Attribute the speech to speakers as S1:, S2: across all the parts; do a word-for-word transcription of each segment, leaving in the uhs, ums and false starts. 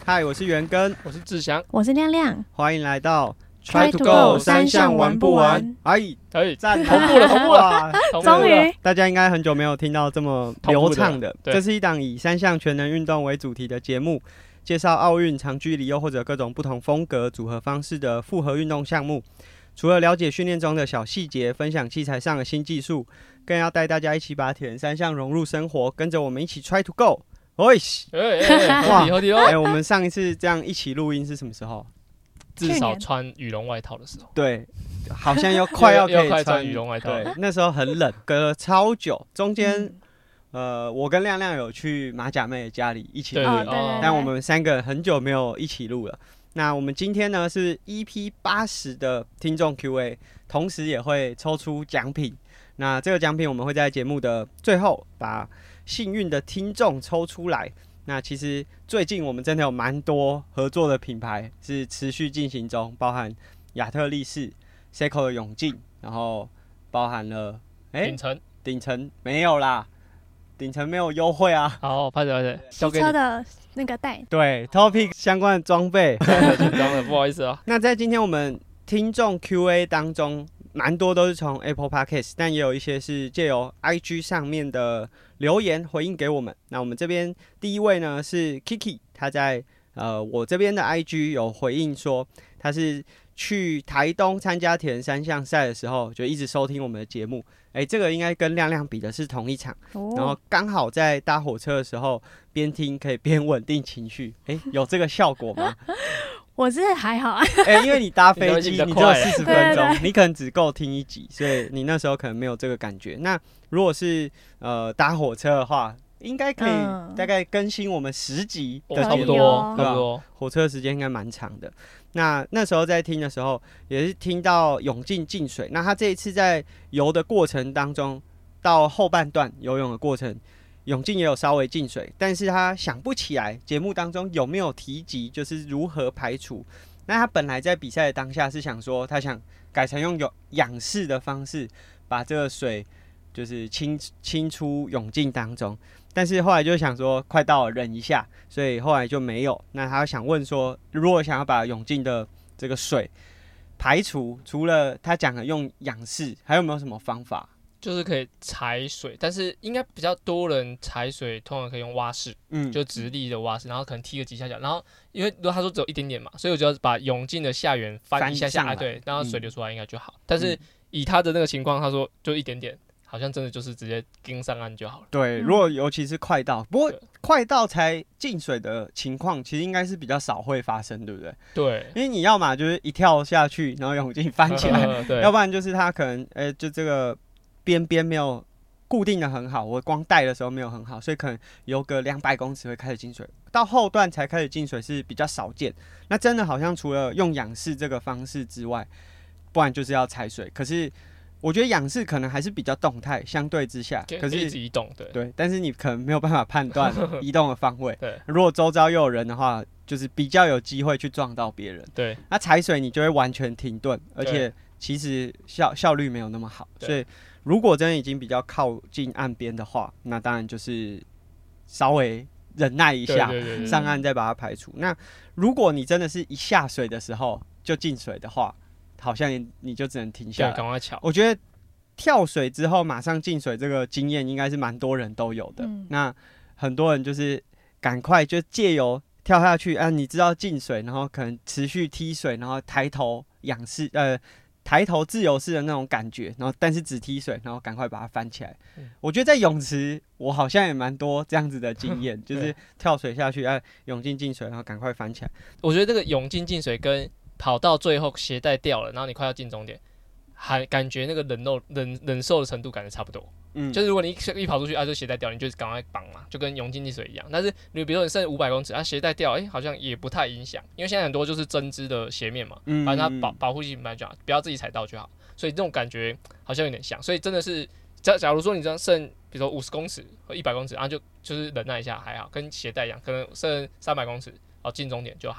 S1: 嗨，我是元根，
S2: 我是志祥，
S3: 我是亮亮，
S1: 欢迎来到
S3: Try to go 三项玩不玩？
S1: 哎，
S2: 可以
S1: 赞，
S2: 同步了，同步了，
S3: 终于，
S1: 大家应该很久没有听到这么流畅的。这是一档以三项全能运动为主题的节目，介绍奥运、长距离又或者各种不同风格组合方式的复合运动项目。除了了解训练中的小细节，分享器材上的新技术，更要带大家一起把铁人三项融入生活，跟着我们一起 Try to go。喂，
S2: 哎哎，哇，好屌！
S1: 哎，我们上一次这样一起录音是什么时候？
S2: 至少穿羽绒外套的时候。
S1: 对，好像要快要可以穿
S2: 穿羽绒外套。
S1: 对，那时候很冷，隔了超久，中间、嗯、呃，我跟亮亮有去马甲妹的家里一起录，
S3: 对对对，
S1: 但我们三个很久没有一起录了。那我们今天呢是 E P 八十的听众 Q A， 同时也会抽出奖品。那这个奖品我们会在节目的最后把幸运的听众抽出来。那其实最近我们真的有蛮多合作的品牌是持续进行中，包含亚特力士、Seiko 的永进，然后包含了
S2: 哎顶层，
S1: 顶层没有啦，顶层没有优惠啊。
S2: 好，拍着拍着，
S3: 交给你。车的那个带，
S1: 对 ，Topic 相关的装备，
S2: 紧张了，不好意思啊。
S1: 那在今天我们听众 Q A 当中，蛮多都是从 Apple Podcast， 但也有一些是借由 I G 上面的留言回应给我们。那我们这边第一位呢是 Kiki， 他在呃我这边的 I G 有回应说，他是去台东参加铁人三项赛的时候，就一直收听我们的节目。哎，这个应该跟亮亮比的是同一场，哦、然后刚好在搭火车的时候边听可以边稳定情绪。哎，有这个效果吗？
S3: 我是还好啊，
S1: 哎、欸，因为你搭飞机，你只有四十分钟，
S3: 对对
S1: 你可能只够听一集，所以你那时候可能没有这个感觉。那如果是呃搭火车的话，应该可以大概更新我们十集的节目，
S2: 嗯、
S1: 对吧？火车时间应该蛮长的。那那时候在听的时候，也是听到泳镜进水。那他这一次在游的过程当中，到后半段游泳的过程。泳镜也有稍微进水，但是他想不起来节目当中有没有提及，就是如何排除。那他本来在比赛的当下是想说，他想改成用仰式的方式把这个水就是清清出泳镜当中，但是后来就想说快到了忍一下，所以后来就没有。那他想问说，如果想要把泳镜的这个水排除，除了他讲的用仰式，还有没有什么方法？
S2: 就是可以踩水，但是应该比较多人踩水，通常可以用蛙式，嗯，就直立的蛙式，然后可能踢个几下脚，然后因为如果他说只有一点点嘛，所以我就要把泳镜的下缘翻一下下来，对，然后水流出来应该就好。嗯、但是以他的那个情况，他说就一点点，好像真的就是直接跟上岸就好了。
S1: 对，如果尤其是快到，不过快到才进水的情况，其实应该是比较少会发生，对不对？
S2: 对，
S1: 因为你要嘛就是一跳下去，然后泳镜翻起来，要不然就是他可能，哎、欸，就这个。边边没有固定的很好，我光带的时候没有很好，所以可能游个两百公尺会开始进水，到后段才开始进水是比较少见。那真的好像除了用仰式这个方式之外，不然就是要踩水。可是我觉得仰式可能还是比较动态，相对之下，可是
S2: 一直移动，对
S1: 对，但是你可能没有办法判断移动的方位。
S2: 对，
S1: 如果周遭又有人的话，就是比较有机会去撞到别人。
S2: 对，
S1: 那踩水你就会完全停顿，而且其实效效率没有那么好，所以。如果真的已经比较靠近岸边的话，那当然就是稍微忍耐一下，
S2: 对对对对，
S1: 上岸再把它排除。那如果你真的是一下水的时候就进水的话，好像你就只能停下来，
S2: 赶快抢。
S1: 我觉得跳水之后马上进水这个经验应该是蛮多人都有的。嗯、那很多人就是赶快就借由跳下去啊，你知道进水，然后可能持续踢水，然后抬头仰视呃。抬头自由式的那种感觉，然后但是只踢水，然后赶快把它翻起来。嗯、我觉得在泳池，我好像也蛮多这样子的经验，就是跳水下去，哎、啊，泳镜进水，然后赶快翻起来。
S2: 我觉得这个泳镜进水跟跑到最后鞋带掉了，然后你快要进终点，还感觉那个忍受忍忍受的程度感觉差不多。嗯，就是如果你 一, 一跑出去啊，就鞋带掉，你就赶快绑嘛，就跟泳镜进水一样。但是你比如说你剩五百公尺啊，鞋带掉，哎、欸，好像也不太影响，因为现在很多就是针织的鞋面嘛，嗯、反正它保保护性蛮就好，不要自己踩到就好。所以这种感觉好像有点像，所以真的是，假假如说你这样剩，比如说五十公尺和一百公尺，然后就就是忍耐一下还好，跟鞋带一样，可能剩三百公尺，然后进终点就还好。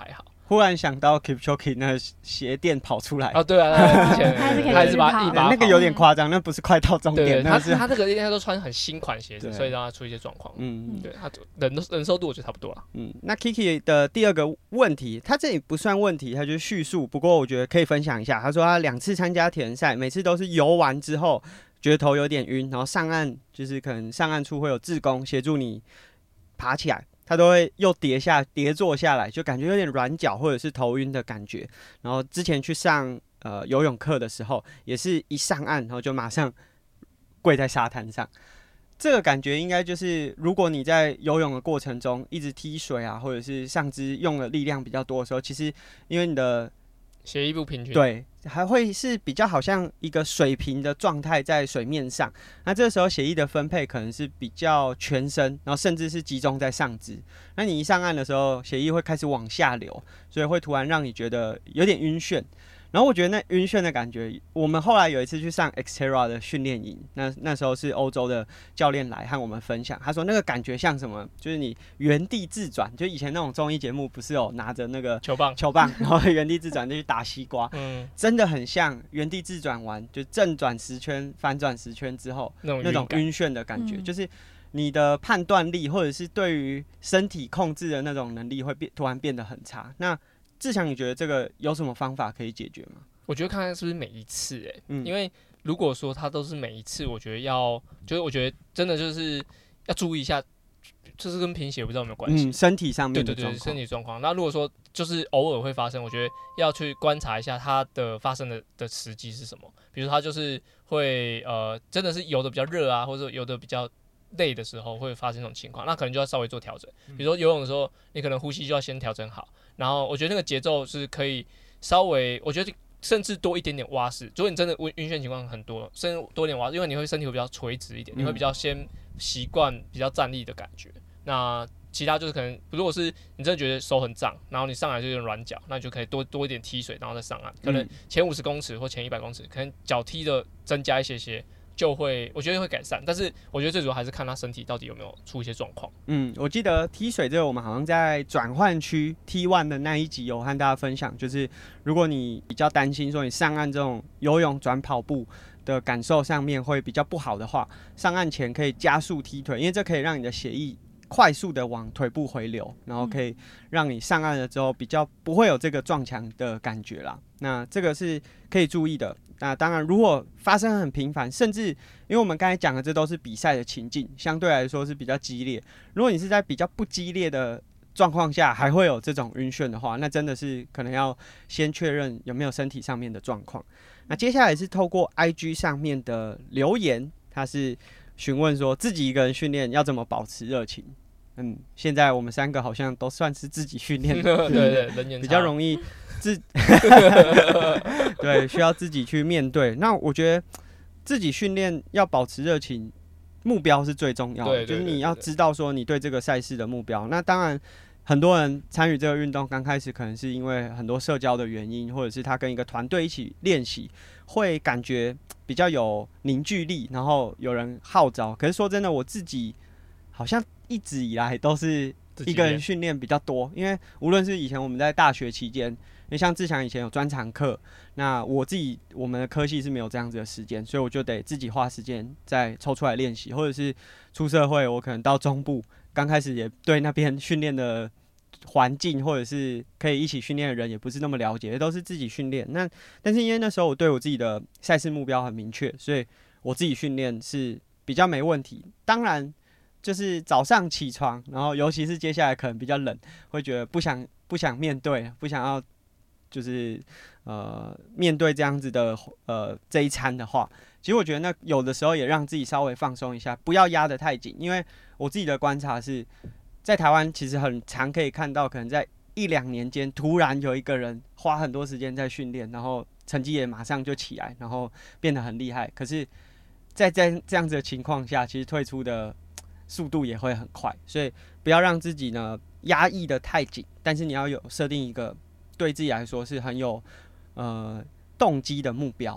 S1: 忽然想到 Kipchoge 那鞋垫跑出来
S2: 啊，对啊，他之前
S3: 他还是可以
S2: 他还是把
S3: 跑
S2: 一把
S1: 那个有点夸张，那不是快到终
S2: 对，
S1: 点，
S2: 他
S1: 那是
S2: 他那个应该都穿很新款鞋子，
S1: 对
S2: 所以让他出一些状况。
S1: 嗯
S2: 对他忍忍受度我觉得差不多了。
S1: 嗯，那 Kiki 的第二个问题，他这里不算问题，他就是叙述，不过我觉得可以分享一下。他说他两次参加铁人赛，每次都是游完之后觉得头有点晕，然后上岸就是可能上岸处会有志工协助你爬起来。他都会又跌下跌坐下来，就感觉有点软脚或者是头晕的感觉。然后之前去上呃游泳课的时候，也是一上岸，然后就马上跪在沙滩上。这个感觉应该就是，如果你在游泳的过程中一直踢水啊，或者是上肢用的力量比较多的时候，其实因为你的
S2: 血液不平均，
S1: 对，还会是比较好像一个水平的状态在水面上。那这个时候血液的分配可能是比较全身，然后甚至是集中在上肢。那你一上岸的时候，血液会开始往下流，所以会突然让你觉得有点晕眩。然后我觉得那晕眩的感觉，我们后来有一次去上 Xterra 的训练营，那那时候是欧洲的教练来和我们分享，他说那个感觉像什么？就是你原地自转，就以前那种综艺节目不是有拿着那个
S2: 球棒，
S1: 球棒，然后原地自转就去打西瓜，
S2: 嗯，
S1: 真的很像原地自转完，就正转十圈、反转十圈之后
S2: 那种
S1: 那种晕眩的感觉，
S3: 嗯、
S1: 就是你的判断力或者是对于身体控制的那种能力会变，突然变得很差。那志强，你觉得这个有什么方法可以解决吗？
S2: 我觉得看看是不是每一次、欸，哎、
S1: 嗯，
S2: 因为如果说它都是每一次，我觉得要，就是我觉得真的就是要注意一下，就是跟贫血不知道有没有关系、
S1: 嗯，身体上面的
S2: 对对对，
S1: 状况，
S2: 身体状况。那如果说就是偶尔会发生，我觉得要去观察一下它的发生的的时机是什么。比如说它就是会呃，真的是游的比较热啊，或者游的比较累的时候会发生这种情况，那可能就要稍微做调整。比如说游泳的时候，你可能呼吸就要先调整好，然后我觉得那个节奏是可以稍微，我觉得。甚至多一点点蛙式，如果你真的晕眩情况很多，甚至多一点蛙式，因为你会身体会比较垂直一点，你会比较先习惯比较站立的感觉。那其他就是可能，如果是你真的觉得手很胀，然后你上来就有点软脚，那你就可以多多一点踢水，然后再上岸。可能前五十公尺或前一百公尺，可能脚踢的增加一些些。就会，我觉得会改善，但是我觉得最主要还是看他身体到底有没有出一些状况。
S1: 嗯，我记得踢水这个，我们好像在转换区 T 一 的那一集有和大家分享，就是如果你比较担心说你上岸这种游泳转跑步的感受上面会比较不好的话，上岸前可以加速踢腿，因为这可以让你的血液快速的往腿部回流，然后可以让你上岸了之后比较不会有这个撞墙的感觉啦。那这个是可以注意的。那当然，如果发生很频繁，甚至因为我们刚才讲的这都是比赛的情境，相对来说是比较激烈。如果你是在比较不激烈的状况下还会有这种晕眩的话，那真的是可能要先确认有没有身体上面的状况。那接下来是透过 I G 上面的留言，他是询问说自己一个人训练要怎么保持热情。嗯，现在我们三个好像都算是自己训练的，
S2: 对对，人缘
S1: 比较容易自对，需要自己去面对。那我觉得自己训练要保持热情，目标是最重要的，
S2: 对对对对对，
S1: 就是你要知道说你对这个赛事的目标。那当然，很多人参与这个运动，刚开始可能是因为很多社交的原因，或者是他跟一个团队一起练习，会感觉比较有凝聚力，然后有人号召。可是说真的，我自己好像一直以来都是一个人训练比较多，因为无论是以前我们在大学期间，因为像志强以前有专长课，那我自己我们的科系是没有这样子的时间，所以我就得自己花时间再抽出来练习，或者是出社会，我可能到中部，刚开始也对那边训练的环境或者是可以一起训练的人也不是那么了解，都是自己训练。那但是因为那时候我对我自己的赛事目标很明确，所以我自己训练是比较没问题。当然。就是早上起床，然后尤其是接下来可能比较冷，会觉得不想不想面对，不想要就是呃面对这样子的呃这一餐的话，其实我觉得那有的时候也让自己稍微放松一下，不要压得太紧。因为我自己的观察是在台湾，其实很常可以看到，可能在一两年间，突然有一个人花很多时间在训练，然后成绩也马上就起来，然后变得很厉害。可是，在在这样子的情况下，其实退出的速度也会很快，所以不要让自己呢压抑的太紧，但是你要有设定一个对自己来说是很有呃动机的目标。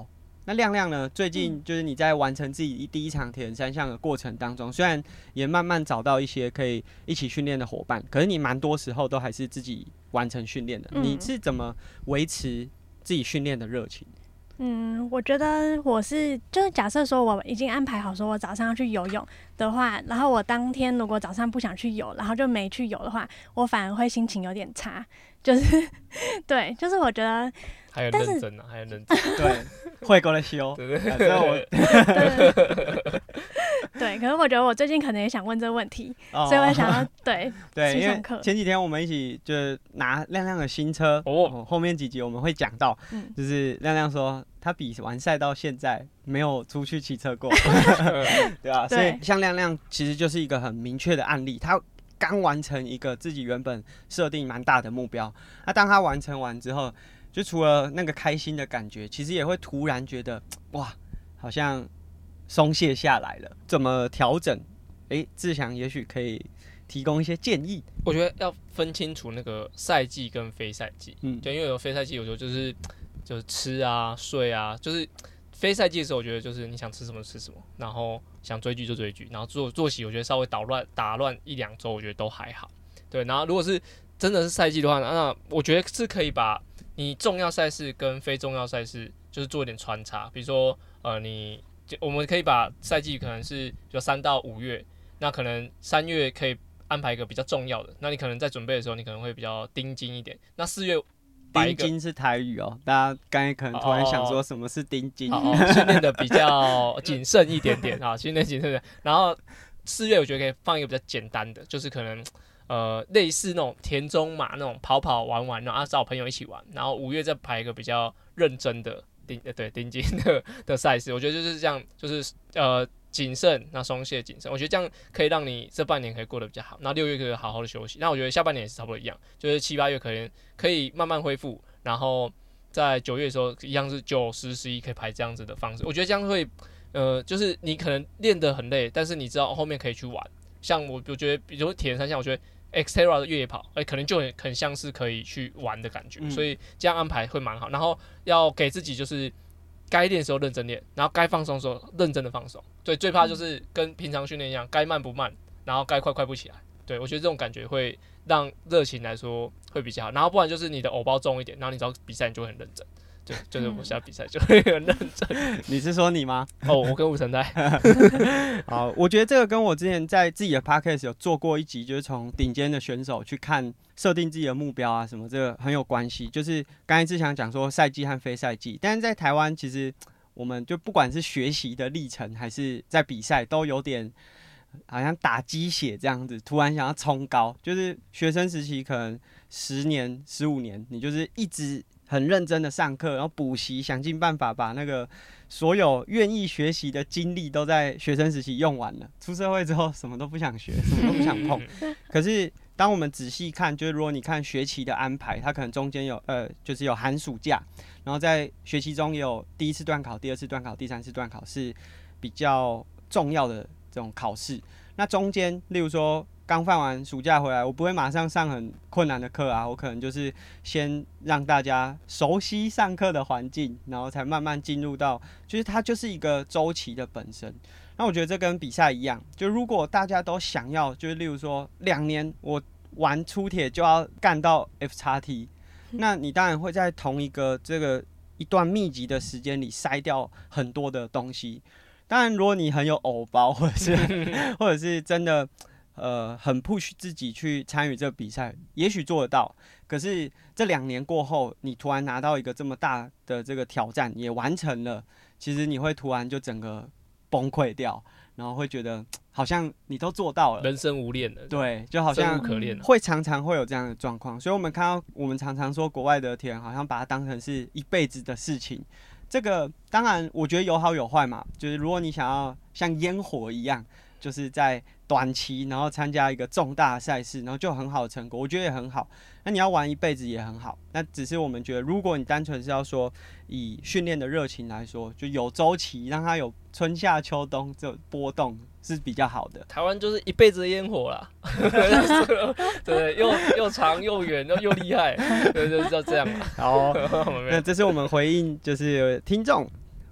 S1: 那亮亮呢？最近就是你在完成自己第一场铁人三项的过程当中，虽然也慢慢找到一些可以一起训练的伙伴，可是你蛮多时候都还是自己完成训练的。嗯、你是怎么维持自己训练的热情？
S3: 嗯，我觉得我是就是假设说我已经安排好说我早上要去游泳的话，然后我当天如果早上不想去游，然后就没去游的话，我反而会心情有点差。就是对，就是我觉得
S2: 还有认真啊，还有认真，
S1: 对，会过来修，对对对，
S3: 对对。可是我觉得我最近可能也想问这个问题，哦、所以我想要对
S1: 对，因为前几天我们一起就是拿亮亮的新车哦，后面几集我们会讲到，嗯、就是亮亮说他比完赛到现在没有出去骑车过，对啊，所以像亮亮其实就是一个很明确的案例，他刚完成一个自己原本设定蛮大的目标，那当他完成完之后，就除了那个开心的感觉，其实也会突然觉得哇，好像松懈下来了。怎么调整？哎、欸，志祥也许可以提供一些建议。
S2: 我觉得要分清楚那个赛季跟非赛季，嗯，就因为有非赛季，有时候就是就是吃啊、睡啊，就是非赛季的时候，我觉得就是你想吃什么吃什么，然后想追剧就追剧，然后作作息我觉得稍微捣乱打乱一两周，我觉得都还好。对，然后如果是真的是赛季的话，那我觉得是可以把你重要赛事跟非重要赛事就是做一点穿插，比如说呃，你我们可以把赛季可能是就三到五月，那可能三月可以安排一个比较重要的，那你可能在准备的时候，你可能会比较盯紧一点。那四月
S1: 盯紧是台语哦，大家刚才可能突然想说什么是盯紧，
S2: 哦哦，训练的比较谨慎一点点啊，训练谨慎的。然后四月我觉得可以放一个比较简单的，就是可能呃类似那种田中马那种跑跑玩玩，然后找朋友一起玩。然后五月再排一个比较认真的盯呃对盯紧的的赛事，我觉得就是这样，就是呃。谨慎，那松懈谨慎，我觉得这样可以让你这半年可以过得比较好。那六月可以好好的休息，那我觉得下半年也是差不多一样，就是七八月可能可以慢慢恢复，然后在九月的时候一样是九十十一可以排这样子的方式。我觉得这样会，呃，就是你可能练得很累，但是你知道后面可以去玩。像我，我觉得比如铁人三项，我觉得 Xterra 的越野跑，哎、欸，可能就很很像是可以去玩的感觉，嗯、所以这样安排会蛮好。然后要给自己就是该练的时候认真练，然后该放松的时候认真的放松。对，最怕就是跟平常训练一样，该慢不慢，然后该快快不起来。对，我觉得这种感觉会让热情来说会比较好。然后不然就是你的偶包重一点，然后你只要比赛你就会很认真。对，就是我下比赛就会很认真。
S1: 你是说你吗？
S2: 哦，我跟吴成泰。
S1: 好，我觉得这个跟我之前在自己的 podcast 有做过一集，就是从顶尖的选手去看设定自己的目标啊什么，这个很有关系。就是刚才志强讲说赛季和非赛季，但是在台湾其实我们就不管是学习的历程还是在比赛，都有点好像打鸡血这样子，突然想要冲高。就是学生时期可能十年、十五年，你就是一直很认真的上课，然后补习，想尽办法把那个所有愿意学习的精力都在学生时期用完了。出社会之后，什么都不想学，什么都不想碰。可是当我们仔细看，就是如果你看学期的安排，它可能中间有呃，就是有寒暑假，然后在学期中也有第一次段考、第二次段考、第三次段考是比较重要的这种考试。那中间，例如说刚放完暑假回来，我不会马上上很困难的课啊，我可能就是先让大家熟悉上课的环境，然后才慢慢进入到，就是它就是一个周期的本身。那我觉得这跟比赛一样，就如果大家都想要，就是例如说两年我玩初铁就要干到 F X T， 那你当然会在同一个这个一段密集的时间里筛掉很多的东西。当然，如果你很有偶包，或者是或者是真的呃很 push 自己去参与这个比赛，也许做得到。可是这两年过后，你突然拿到一个这么大的这个挑战，也完成了，其实你会突然就整个崩溃掉，然后会觉得好像你都做到了，
S2: 人生无恋了。
S1: 对，就好像
S2: 生无可恋，
S1: 会常常会有这样的状况。所以我们看到，我们常常说国外的铁人好像把它当成是一辈子的事情。这个当然，我觉得有好有坏嘛。就是如果你想要像烟火一样，就是在短期，然后参加一个重大的赛事，然后就很好的成果，我觉得也很好。那你要玩一辈子也很好。那只是我们觉得，如果你单纯是要说以训练的热情来说，就有周期，让它有春夏秋冬这种波动是比较好的。
S2: 台湾就是一辈子的烟火啦，对，又又长又远又又厉害，对，就就这样啦。
S1: 好，那这是我们回应就是听众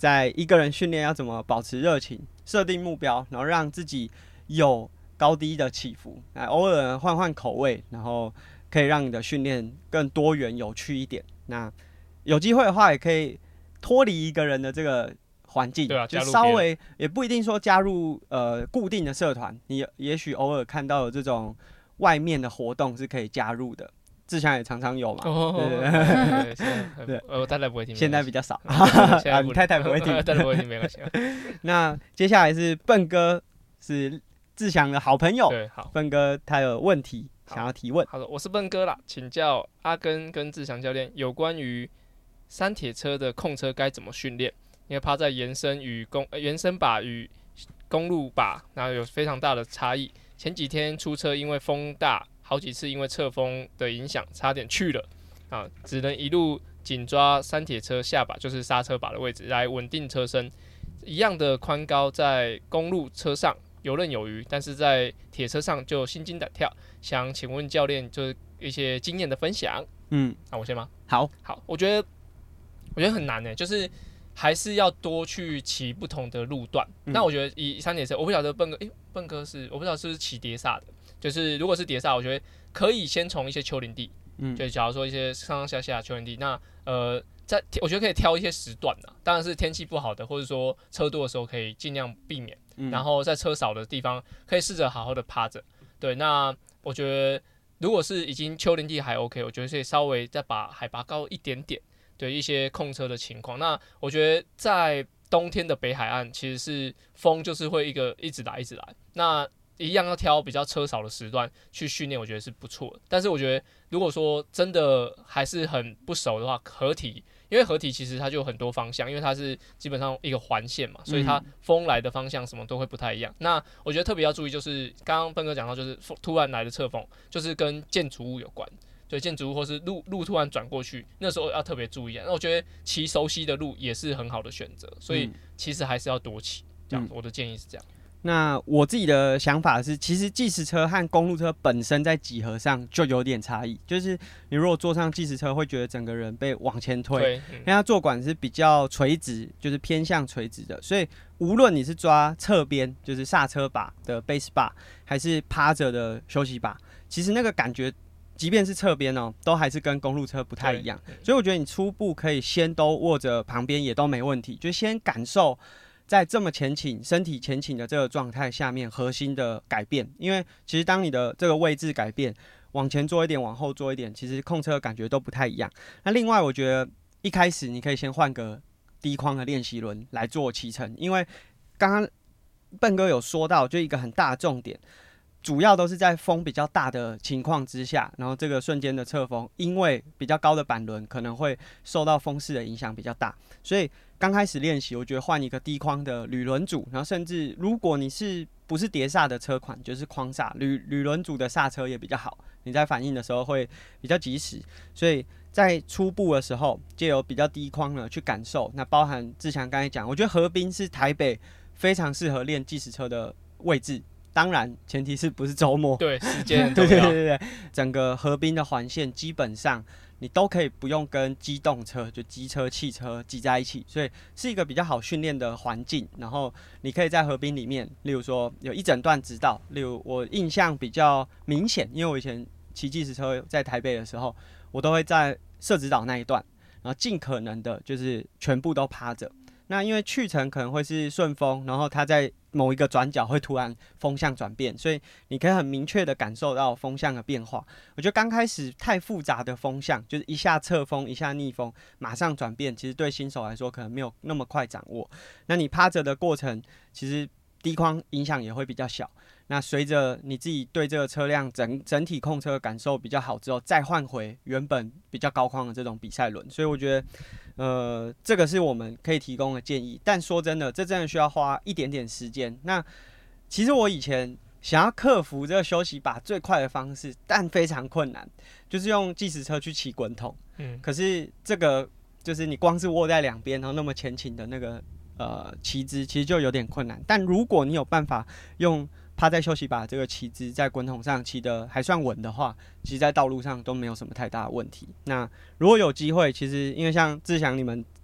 S1: 在一个人训练要怎么保持热情，设定目标，然后让自己有高低的起伏，来偶尔换换口味，然后可以让你的训练更多元有趣一点。那有机会的话，也可以脱离一个人的这个环境，
S2: 对啊，
S1: 就稍微也不一定说加入呃固定的社团，你也许偶尔看到有这种外面的活动是可以加入的。志强也常常有嘛，
S2: 哦、
S1: 对对
S2: 对对，呃，我太太不会听，
S1: 现在比较少，
S2: 现在
S1: 你太太不会听，
S2: 太太不会听没关系。
S1: 那接下来是笨哥，是志祥的好朋友，
S2: 对，好，
S1: 笨哥他有问题想要提问。
S2: 好的，我是笨哥啦，请教阿根跟志祥教练有关于山铁车的控车该怎么训练？因为趴在延伸与公、呃、延伸把与公路把，然后有非常大的差异。前几天出车，因为风大，好几次因为侧风的影响，差点去了啊，只能一路紧抓山铁车下把，就是刹车把的位置来稳定车身。一样的宽高，在公路车上游刃有余，但是在铁车上就心惊胆跳。想请问教练，就是一些经验的分享。嗯，那、啊、我先吗？
S1: 好，
S2: 好，我觉得我觉得很难呢，就是还是要多去骑不同的路段。嗯、那我觉得以山铁车，我不晓得笨哥，诶、欸，笨哥是我不知道是不是骑碟刹的，就是如果是碟刹，我觉得可以先从一些丘陵地，嗯，就假如说一些上上下下的丘陵地，那呃。在我觉得可以挑一些时段啊，当然是天气不好的，或者说车多的时候可以尽量避免。嗯、然后在车少的地方，可以试着好好的趴着。对，那我觉得如果是已经丘陵地还 OK， 我觉得可以稍微再把海拔高一点点。对一些控车的情况，那我觉得在冬天的北海岸，其实是风就是会一个一直来一直来。那一样要挑比较车少的时段去训练，我觉得是不错的。但是我觉得，如果说真的还是很不熟的话，合体，因为合体其实它就有很多方向，因为它是基本上一个环线嘛，所以它风来的方向什么都会不太一样。那我觉得特别要注意，就是刚刚笨哥讲到，就是突然来的侧风，就是跟建筑物有关。对，建筑物或是路路突然转过去，那时候要特别注意。那我觉得骑熟悉的路也是很好的选择，所以其实还是要多骑。这样、嗯，我的建议是这样。
S1: 那我自己的想法是，其实计时车和公路车本身在几何上就有点差异。就是你如果坐上计时车，会觉得整个人被往前推，嗯、因为它坐管是比较垂直，就是偏向垂直的。所以无论你是抓侧边，就是刹车把的 base bar， 还是趴着的休息把，其实那个感觉。即便是侧边哦，都还是跟公路车不太一样，所以我觉得你初步可以先都握着旁边也都没问题，就先感受在这么前倾、身体前倾的这个状态下面核心的改变。因为其实当你的这个位置改变，往前坐一点，往后坐一点，其实控车的感觉都不太一样。那另外，我觉得一开始你可以先换个低框的练习轮来做骑乘，因为刚刚笨哥有说到，就一个很大的重点。主要都是在风比较大的情况之下，然后这个瞬间的侧风，因为比较高的板轮可能会受到风势的影响比较大，所以刚开始练习，我觉得换一个低框的铝轮组，然后甚至如果你是不是碟刹的车款，就是框刹铝铝轮组的刹车也比较好，你在反应的时候会比较及时，所以在初步的时候，藉由比较低框呢去感受，那包含志强刚才讲，我觉得河滨是台北非常适合练计时车的位置。当然，前提是不是周末？
S2: 对，时间很重要。
S1: 对对对对，整个河滨的环线基本上你都可以不用跟机动车，就机车、汽车挤在一起，所以是一个比较好训练的环境。然后你可以在河滨里面，例如说有一整段直道，例如我印象比较明显，因为我以前骑计时车在台北的时候，我都会在社子岛那一段，然后尽可能的就是全部都趴着。那因为去程可能会是顺风，然后它在某一个转角会突然风向转变，所以你可以很明确的感受到风向的变化。我觉得刚开始太复杂的风向，就是一下侧风一下逆风马上转变，其实对新手来说可能没有那么快掌握。那你趴着的过程，其实低框影响也会比较小。那随着你自己对这个车辆 整, 整体控车的感受比较好之后，再换回原本比较高框的这种比赛轮，所以我觉得呃，这个是我们可以提供的建议。但说真的，这真的需要花一点点时间。那其实我以前想要克服这个休息把最快的方式，但非常困难，就是用计时车去骑滚筒。嗯，可是这个就是你光是握在两边，然后那么前倾的那个呃骑姿，其实就有点困难。但如果你有办法用趴在休息把这个骑姿在滚筒上骑得还算稳的话，其实在道路上都没有什么太大的问题。那如果有机会，其实因为像志祥你们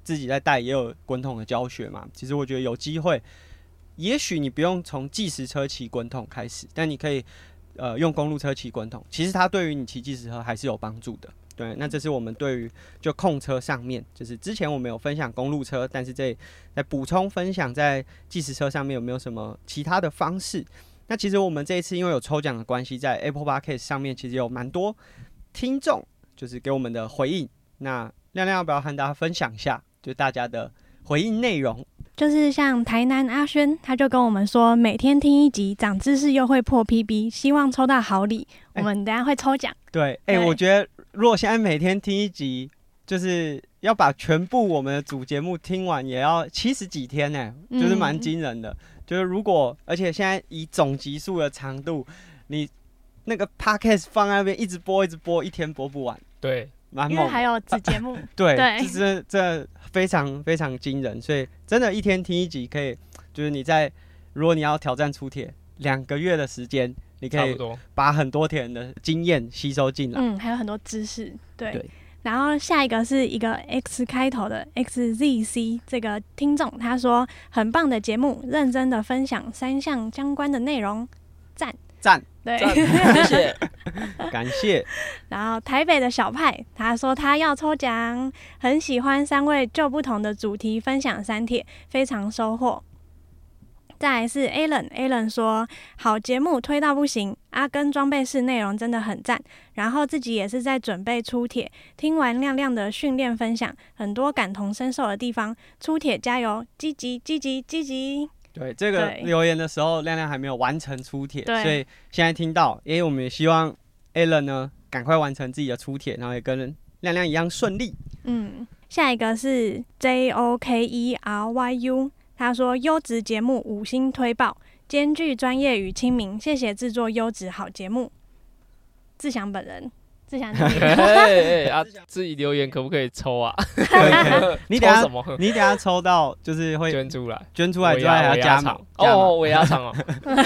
S1: 自己在带也有滚筒的教学嘛。其实我觉得有机会，也许你不用从计时车骑滚筒开始，但你可以呃用公路车骑滚筒，其实它对于你骑计时车还是有帮助的。对，那这是我们对于就控车上面，就是之前我们有分享公路车，但是这在补充分享在计时车上面有没有什么其他的方式？那其实我们这一次因为有抽奖的关系，在 Apple Podcast 上面其实有蛮多听众就是给我们的回应。那亮亮要不要和大家分享一下，就大家的回应内容？
S3: 就是像台南阿轩，他就跟我们说，每天听一集，长知识又会破 P B， 希望抽到好礼。我们等一下会抽奖。
S1: 对，哎、欸，我觉得如果现在每天听一集，就是要把全部我们的主节目听完，也要七十几天呢、欸，就是蛮惊人的。嗯、就是如果，而且现在以总集数的长度，你那个 podcast 放在那边一直播，一直播，一天播不完。
S2: 对。
S3: 因为还有子节目，
S1: 对，对，这这非常非常惊人，所以真的，一天听一集可以，就是你在如果你要挑战出铁，两个月的时间，你可以把很多铁人的经验吸收进来，
S3: 嗯，还有很多知识，对。
S1: 对，
S3: 然后下一个是一个 X 开头的 X Z C 这个听众，他说很棒的节目，认真的分享三项相关的内容，赞
S1: 赞。
S3: 对，
S2: 谢谢，
S1: 感谢。
S3: 然后台北的小派，他说他要抽奖，很喜欢三位就不同的主题分享三帖，非常收获。再来是 Alan，Alan 说好节目推到不行，阿根装备室内容真的很赞，然后自己也是在准备出帖，听完亮亮的训练分享，很多感同身受的地方，出帖加油，积极积极积极。
S1: 对，这个留言的时候，亮亮还没有完成出帖，所以现在听到，因为我们也希望 Alan 呢赶快完成自己的出帖，然后也跟亮亮一样顺利。
S3: 嗯，下一个是 J O K E R Y U， 他说优质节目五星推爆，兼具专业与亲民，谢谢制作优质好节目。志祥本人。志祥，
S2: 哎啊，自己留言可不可以抽啊？
S1: 可以可以，你等下你等下抽到就是会
S2: 捐出来，
S1: 捐出来之后还要加码
S2: 哦，尾牙场哦。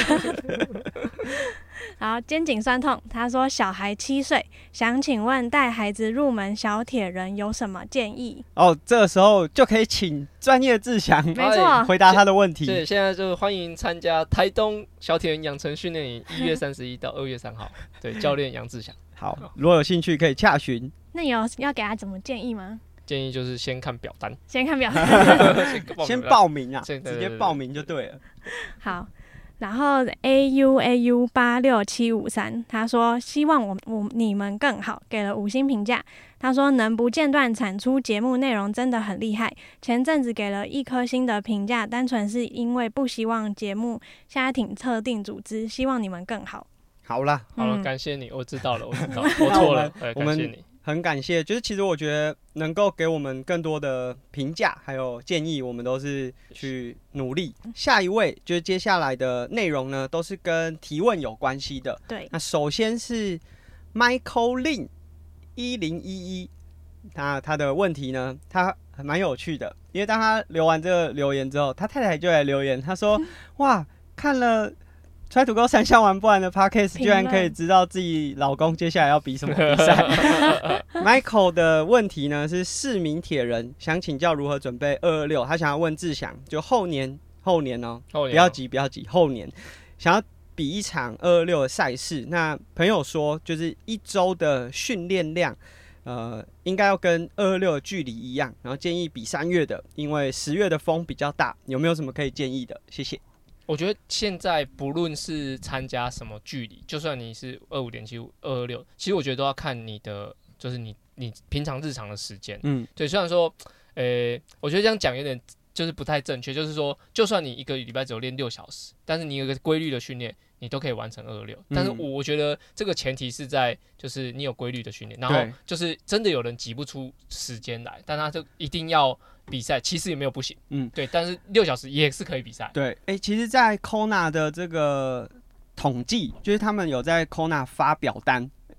S3: 然后肩颈酸痛，他说小孩七岁，想请问带孩子入门小铁人有什么建议？
S1: 哦，这个时候就可以请专业志祥，
S3: 没错，
S1: 回答他的问题。
S2: 对，现在就欢迎参加台东小铁人养成训练营，一月三十一到二月三号。对，教练杨志祥。
S1: 好，如果有兴趣可以洽询。
S3: 那有要给他怎么建议吗？
S2: 建议就是先看表单，
S3: 先看表单，
S1: 先报名啊，直接报名就对了。
S3: 好，然后 A U A U 八六七五三，他说希望我我你们更好，给了五星评价。他说能不间断产出节目内容真的很厉害。前阵子给了一颗星的评价，单纯是因为不希望节目瞎挺特定组织，希望你们更好。
S1: 好啦，
S2: 好了，感谢你，我知道了，我知道了，我错了，
S1: 我们很感谢。就是其实我觉得能够给我们更多的评价还有建议，我们都是去努力。下一位就是接下来的内容呢，都是跟提问有关系的。
S3: 对，
S1: 那首先是 Michael Lin 一零一一，他他的问题呢，他蛮有趣的，因为当他留完这个留言之后，他太太就来留言，他说：“哇，看了。” Try to go 三项玩不完的 podcast 居然可以知道自己老公接下来要比什么比赛。Michael 的问题呢是市民铁人，想请教如何准备二二六，他想要问志祥，就后年后年哦、喔，不要急不要急，后年想要比一场二二六的赛事。那朋友说就是一周的训练量，呃，应该要跟二二六的距离一样，然后建议比三月的，因为十月的风比较大，有没有什么可以建议的？谢谢。
S2: 我觉得现在不论是参加什么距离，就算你是二五点七五、二二六，其实我觉得都要看你的，就是你你平常日常的时间。嗯，对。虽然说，呃，我觉得这样讲有点就是不太正确，就是说，就算你一个礼拜只有练六小时，但是你有一个规律的训练，你都可以完成二二六。但是我觉得这个前提是在就是你有规律的训练，然后就是真的有人挤不出时间来，但他就一定要。比赛其实也没有不行，嗯，对，但是六小时也是可以比赛。
S1: 对，哎、欸，其实，在 Kona 的这个统计，就是他们有在 Kona 发表单，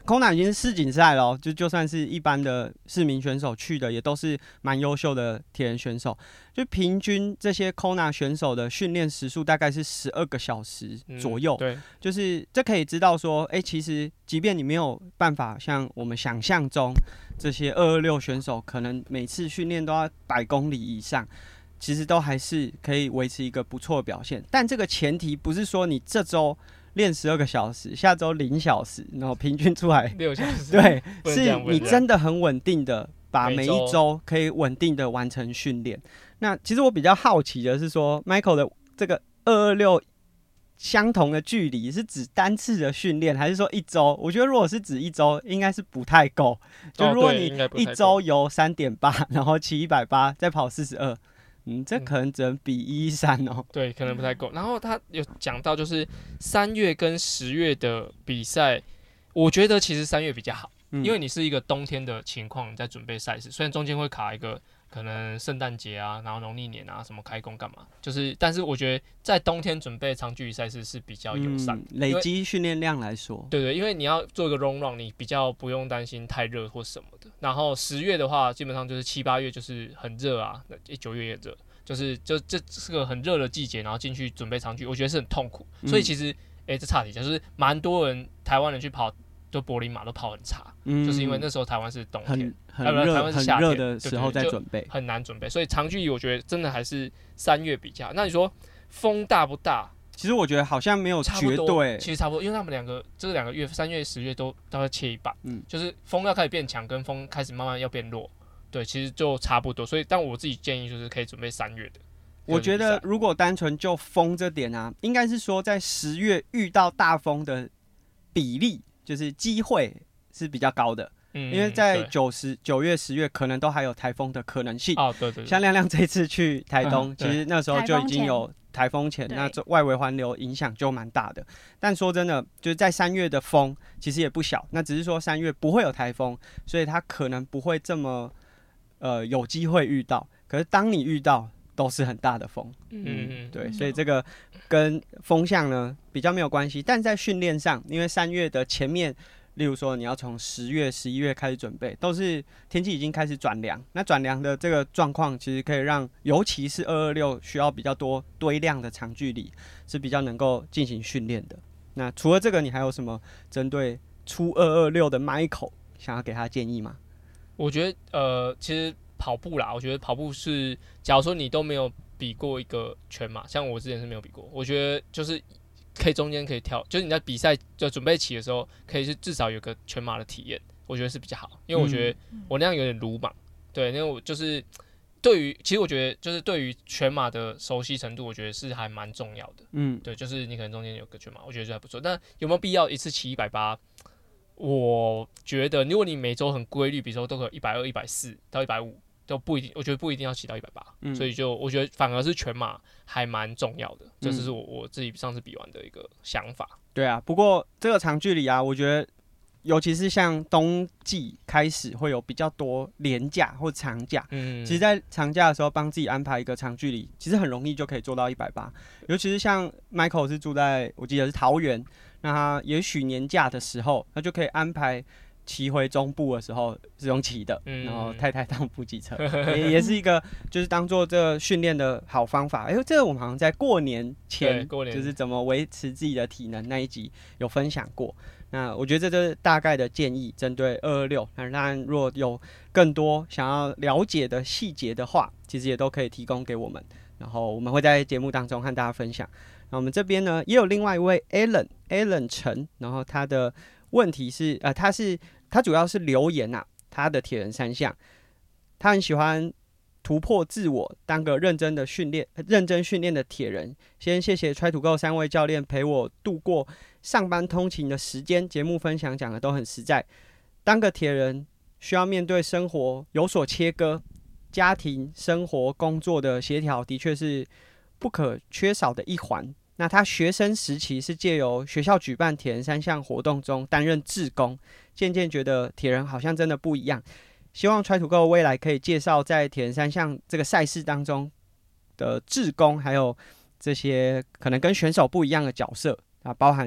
S1: Kona 已经是世锦赛了，就就算是一般的市民选手去的，也都是蛮优秀的铁人选手。就平均这些 Kona 选手的训练时数大概是十二个小时左右。
S2: 嗯、对，
S1: 就是这可以知道说，哎、欸，其实即便你没有办法像我们想象中这些二二六选手，可能每次训练都要百公里以上。其实都还是可以维持一个不错的表现，但这个前提不是说你这周练十二个小时，下周零小时，然后平均出来
S2: 六小时，
S1: 对，是你真的很稳定的把每一周可以稳定的完成训练。那其实我比较好奇的是说 ，Michael 的这个二二六相同的距离是指单次的训练，还是说一周？我觉得如果是指一周，应该是不太够。就如果你一周游三点八，然后骑一百八，再跑四十二。嗯，这可能只能比一三哦。
S2: 对，可能不太够。然后他有讲到，就是三月跟十月的比赛，我觉得其实三月比较好，嗯、因为你是一个冬天的情况在准备赛事，虽然中间会卡一个可能圣诞节啊，然后农历年啊，什么开工干嘛，就是但是我觉得在冬天准备长距离赛事是比较友善、嗯，
S1: 累积训练量来说，
S2: 对对，因为你要做一个 long run， 你比较不用担心太热或什么的。然后十月的话，基本上就是七八月就是很热啊，九月也热，就是就这是个很热的季节，然后进去准备长距离，我觉得是很痛苦。所以其实，哎、嗯，这差题就是蛮多人台湾人去跑，就柏林马都跑很差、嗯，就是因为那时候台湾是冬天，
S1: 很很热、
S2: 呃、很热
S1: 的时候在准备，
S2: 很难准备。所以长距离我觉得真的还是三月比较。那你说风大不大？
S1: 其实我觉得好像没有绝对，
S2: 其实差不多，因为他们两个这两个月，三月、十月都都要切一半，嗯，就是风要开始变强，跟风开始慢慢要变弱，对，其实就差不多。所以，但我自己建议就是可以准备三月的。
S1: 我觉得如果单纯就风这点啊，应该是说在十月遇到大风的比例，就是机会是比较高的。嗯，因为在九十九月、十月可能都还有台风的可能性。
S2: 哦，对 对, 对。
S1: 像亮亮这次去台东、嗯，其实那时候就已经有台风前，那外围环流影响就蛮大的。但说真的，就是在三月的风其实也不小，那只是说三月不会有台风，所以它可能不会这么呃有机会遇到。可是当你遇到，都是很大的风。嗯嗯，对，所以这个跟风向呢比较没有关系，但在训练上，因为三月的前面。例如说，你要从十月、十一月开始准备，都是天气已经开始转凉。那转凉的这个状况，其实可以让，尤其是二二六需要比较多堆量的长距离，是比较能够进行训练的。那除了这个，你还有什么针对出二二六的 Michael 想要给他建议吗？
S2: 我觉得，呃，其实跑步啦，我觉得跑步是，假如说你都没有比过一个全马，像我之前是没有比过，我觉得就是。可以中间可以跳，就是你在比赛就准备起的时候，可以是至少有个全马的体验，我觉得是比较好。因为我觉得我那样有点鲁莽，对，因为我就是对于，其实我觉得就是对于全马的熟悉程度，我觉得是还蛮重要的。嗯，对，就是你可能中间有个全马，我觉得就还不错。但有没有必要一次骑一百八？我觉得如果你每周很规律，比如说都可以一百二、一百四到一百五。都不一定，我觉得不一定要骑到一百八十，所以就我觉得反而是全马还蛮重要的，这是我我自己上次比完的一个想法。
S1: 对啊，不过这个长距离啊，我觉得尤其是像冬季开始会有比较多连假或长假，嗯，其实在长假的时候帮自己安排一个长距离，其实很容易就可以做到一百八十。尤其是像 Michael 是住在我记得是桃园，那他也许年假的时候，他就可以安排。骑回中部的时候是用骑的，嗯、然后太太当补给车，也也是一个就是当做这个训练的好方法。哎呦，这个我们好像在过年前，过年就是怎么维持自己的体能那一集有分享过。那我觉得这就是大概的建议，针对二二六。那当然，如果有更多想要了解的细节的话，其实也都可以提供给我们，然后我们会在节目当中和大家分享。那我们这边呢，也有另外一位 Alan Alan 陈，然后他的。问题是，呃，他是他主要是留言啊，他的铁人三项，他很喜欢突破自我，当个认真的训练、认真训练的铁人。先谢谢 Try to Go 三位教练陪我度过上班通勤的时间，节目分享讲的都很实在。当个铁人需要面对生活有所切割，家庭、生活、工作的协调，的确是不可缺少的一环。那他学生时期是借由学校举办铁人三项活动中担任志工，渐渐觉得铁人好像真的不一样。希望 Try to Go 未来可以介绍在铁人三项这个赛事当中的志工，还有这些可能跟选手不一样的角色啊，包含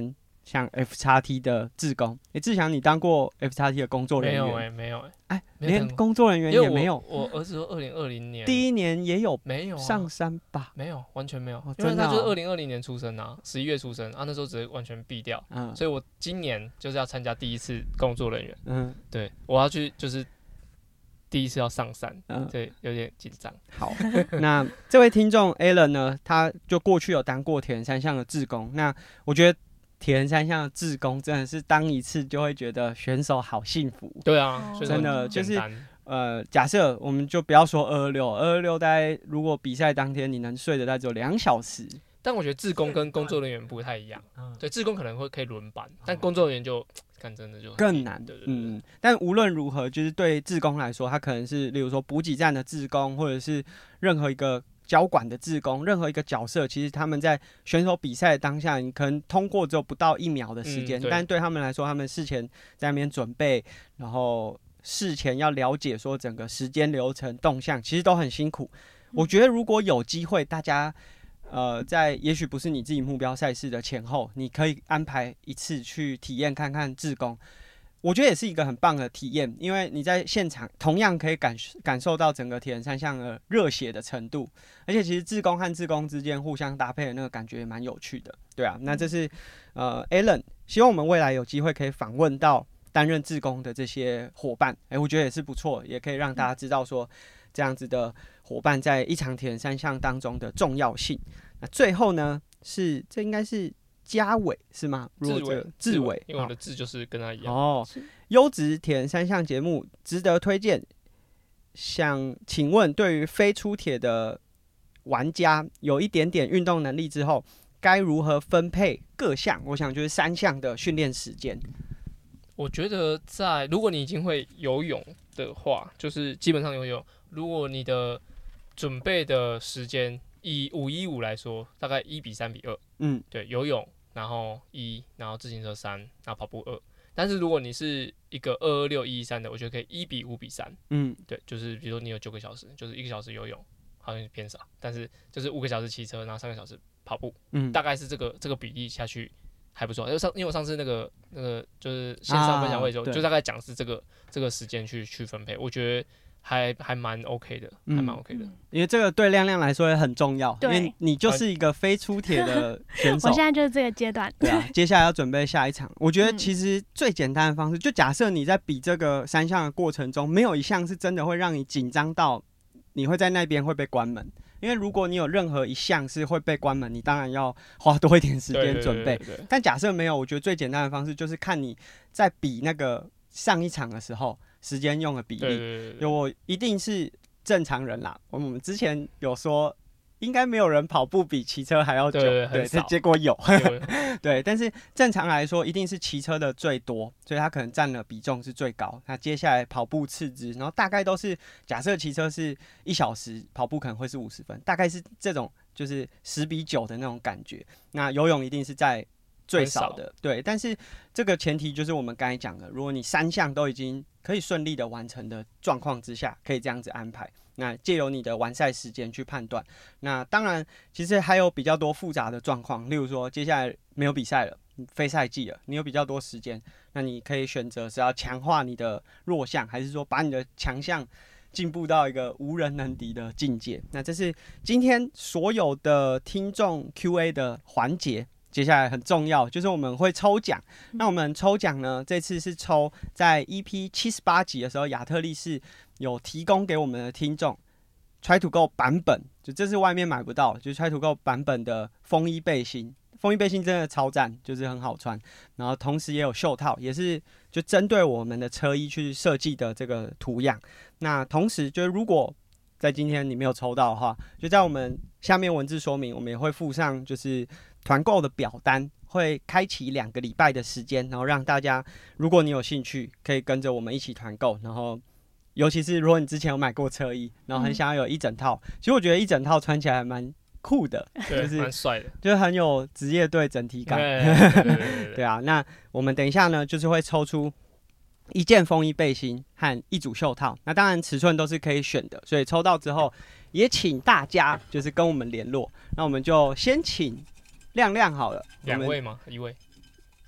S1: 像 F X T 的志工。哎，志祥，你当过 F X T 的工作人员？
S2: 没有哎、欸，没有哎、
S1: 欸，哎，连工作人员也没有。
S2: 我, 我儿子说二零二零年
S1: 第一年也有
S2: 没有、啊、
S1: 上山吧？
S2: 没有，完全没有，
S1: 哦、
S2: 因为他就是二零二零年出生啊，十一月出生啊，那时候只是完全避掉。嗯，所以我今年就是要参加第一次工作人员。嗯，对，我要去就是。第一次要上山，嗯，对，有点紧张。
S1: 好，那这位听众 Alan 呢，他就过去有当过铁人三项的志工。那我觉得铁人三项的志工真的是当一次就会觉得选手好幸福。
S2: 对啊，
S1: 真的就是呃，假设我们就不要说二二六，二二六大概如果比赛当天你能睡的大概只有两小时。
S2: 但我觉得志工跟工作人员不太一样，嗯、对，志工可能会可以轮班，但工作人员就看真的就
S1: 更难。对对对嗯，但无论如何，就是对志工来说，他可能是例如说补给站的志工，或者是任何一个交管的志工，任何一个角色，其实他们在选手比赛的当下，你可能通过只有不到一秒的时间，嗯、但对他们来说，他们事前在那边准备，然后事前要了解说整个时间流程动向，其实都很辛苦。我觉得如果有机会，大家。呃，在也许不是你自己目标赛事的前后，你可以安排一次去体验看看志工，我觉得也是一个很棒的体验，因为你在现场同样可以感感受到整个铁人三项的热血的程度，而且其实志工和志工之间互相搭配的那个感觉也蛮有趣的，对啊，那这是呃 Alan， 希望我们未来有机会可以访问到担任志工的这些伙伴，哎，我觉得也是不错，也可以让大家知道说这样子的伙伴在一场铁人三项当中的重要性。那最后呢，是这应该是嘉伟是吗？
S2: 志伟，
S1: 志伟，
S2: 因为我的字就是跟他一样。
S1: 哦，优质铁人三项节目值得推荐。想请问，对于非出铁的玩家，有一点点运动能力之后，该如何分配各项？我想就是三项的训练时间。
S2: 我觉得在如果你已经会游泳的话，就是基本上游泳。如果你的准备的时间以五一五来说，大概一比三比二。嗯，对，游泳，然后一，然后自行车三，然后跑步二。但是如果你是一个二二六一一三的，我觉得可以一比五比三。嗯，对，就是比如说你有九个小时，就是一个小时游泳，好像偏少，但是就是五个小时骑车，然后三个小时跑步，嗯，大概是这个这个比例下去还不错。因为上因为我上次那个那个就是线上分享会的时候，啊、就大概讲是这个这个时间去去分配，我觉得。还还蛮 OK 的，还蛮 OK 的、嗯，
S1: 因为这个对亮亮来说也很重要，因为你就是一个非出铁的选手。
S3: 我现在就是这个阶段，
S1: 对啊，接下来要准备下一场。我觉得其实最简单的方式，就假设你在比这个三项的过程中，没有一项是真的会让你紧张到你会在那边会被关门。因为如果你有任何一项是会被关门，你当然要花多一点时间准备。但假设没有，我觉得最简单的方式就是看你在比那个上一场的时候。时间用的比例，对对对对，我一定是正常人啦。我们之前有说，应该没有人跑步比骑车还要久，对，对对结果有，对。但是正常来说，一定是骑车的最多，所以他可能占了比重是最高。那接下来跑步次之，然后大概都是假设骑车是一小时，跑步可能会是五十分，大概是这种就是十比九的那种感觉。那游泳一定是在最少的，对。但是这个前提就是我们刚才讲的，如果你三项都已经可以顺利的完成的状况之下，可以这样子安排。那借由你的完赛时间去判断。那当然，其实还有比较多复杂的状况，例如说接下来没有比赛了，非赛季了，你有比较多时间，那你可以选择是要强化你的弱项，还是说把你的强项进步到一个无人能敌的境界。那这是今天所有的听众 Q A 的环节。接下来很重要，就是我们会抽奖。那我们抽奖呢，这次是抽在 E P 七十八集的时候，亚特力士有提供给我们的听众 Try to Go 版本，就这是外面买不到，就是 Try to Go 版本的风衣背心。风衣背心真的超赞，就是很好穿，然后同时也有袖套，也是就针对我们的车衣去设计的这个图样。那同时就是如果在今天你没有抽到的话，就在我们下面文字说明，我们也会附上就是团购的表单，会开启两个礼拜的时间，然后让大家，如果你有兴趣，可以跟着我们一起团购。然后，尤其是如果你之前有买过车衣，然后很想要有一整套，嗯、其实我觉得一整套穿起来还蛮酷的，就是
S2: 蛮帅的，
S1: 就是很有职业队整体感。
S2: 对, 对, 对, 对, 对,
S1: 对啊，那我们等一下呢，就是会抽出一件风衣背心和一组袖套，那当然尺寸都是可以选的，所以抽到之后也请大家就是跟我们联络。那我们就先请亮亮好了，
S2: 两位吗？一位，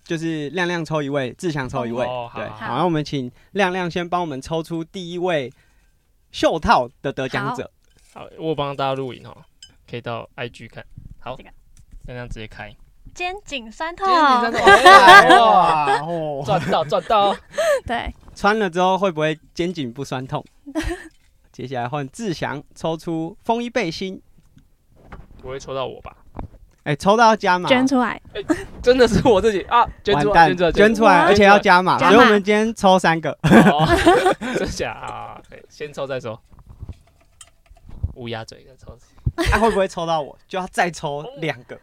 S1: 就是亮亮抽一位，志祥抽一位。
S2: 哦、
S1: 对，
S2: 好，
S1: 好，那我们请亮亮先帮我们抽出第一位袖套的得奖者。
S2: 好，好我帮大家录影哦，可以到 I G 看。好，
S3: 这个
S2: 亮亮直接开。
S3: 肩颈酸痛，
S2: 肩颈酸痛，哇，
S1: 哦，
S2: 赚到赚到！
S3: 对，
S1: 穿了之后会不会肩颈不酸痛？接下来换志祥抽出风衣背心，
S2: 不会抽到我吧？
S1: 哎、欸，抽到要加码，
S3: 捐出来，
S2: 欸、真的是我自己啊！捐出来，捐出来，
S1: 捐出来，而且要加码，所以我们今天抽三个。
S2: 哦、真假啊？先抽再说。乌鸦嘴的抽。
S1: 他、啊、会不会抽到我？就要再抽两个。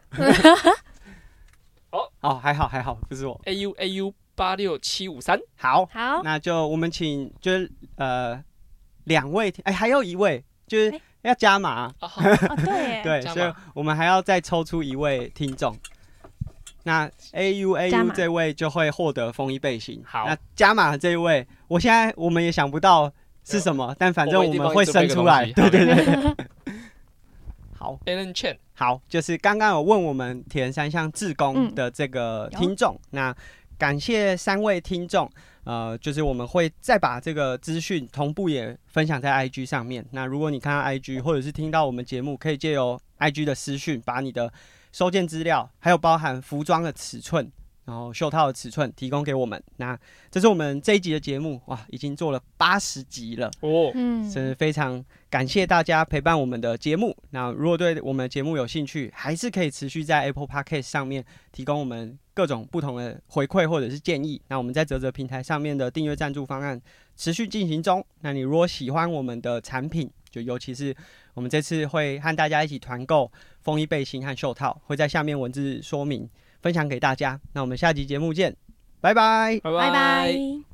S2: 哦
S1: 哦，还好还好，不是我。
S2: A U A U 八六七五三，
S1: 好，
S3: 好，
S1: 那就我们请就是呃两位，哎、欸，还有一位就是要加码、啊
S3: 欸、哦，对
S1: 对，所以我们还要再抽出一位听众。那 A U A U 这位就会获得风衣背心。
S2: 好，
S1: 那加码的这一位，我现在我们也想不到是什么，但反正我们会生出来。对对对对。好
S2: ，Alan Chen，
S1: 好，就是刚刚有问我们铁人三项志工的这个听众、嗯，那感谢三位听众，呃，就是我们会再把这个资讯同步也分享在 I G 上面。那如果你看到 I G 或者是听到我们节目，可以借由 I G 的私讯，把你的收件资料，还有包含服装的尺寸，然后袖套的尺寸提供给我们。那这是我们这一集的节目，哇，已经做了八十集了哦，嗯，真的非常感谢大家陪伴我们的节目。那如果对我们的节目有兴趣，还是可以持续在 Apple Podcast 上面提供我们各种不同的回馈或者是建议。那我们在嘖嘖平台上面的订阅赞助方案持续进行中。那你如果喜欢我们的产品，就尤其是我们这次会和大家一起团购风衣背心和袖套，会在下面文字说明分享给大家。那我们下集节目见，拜拜，
S2: 拜拜。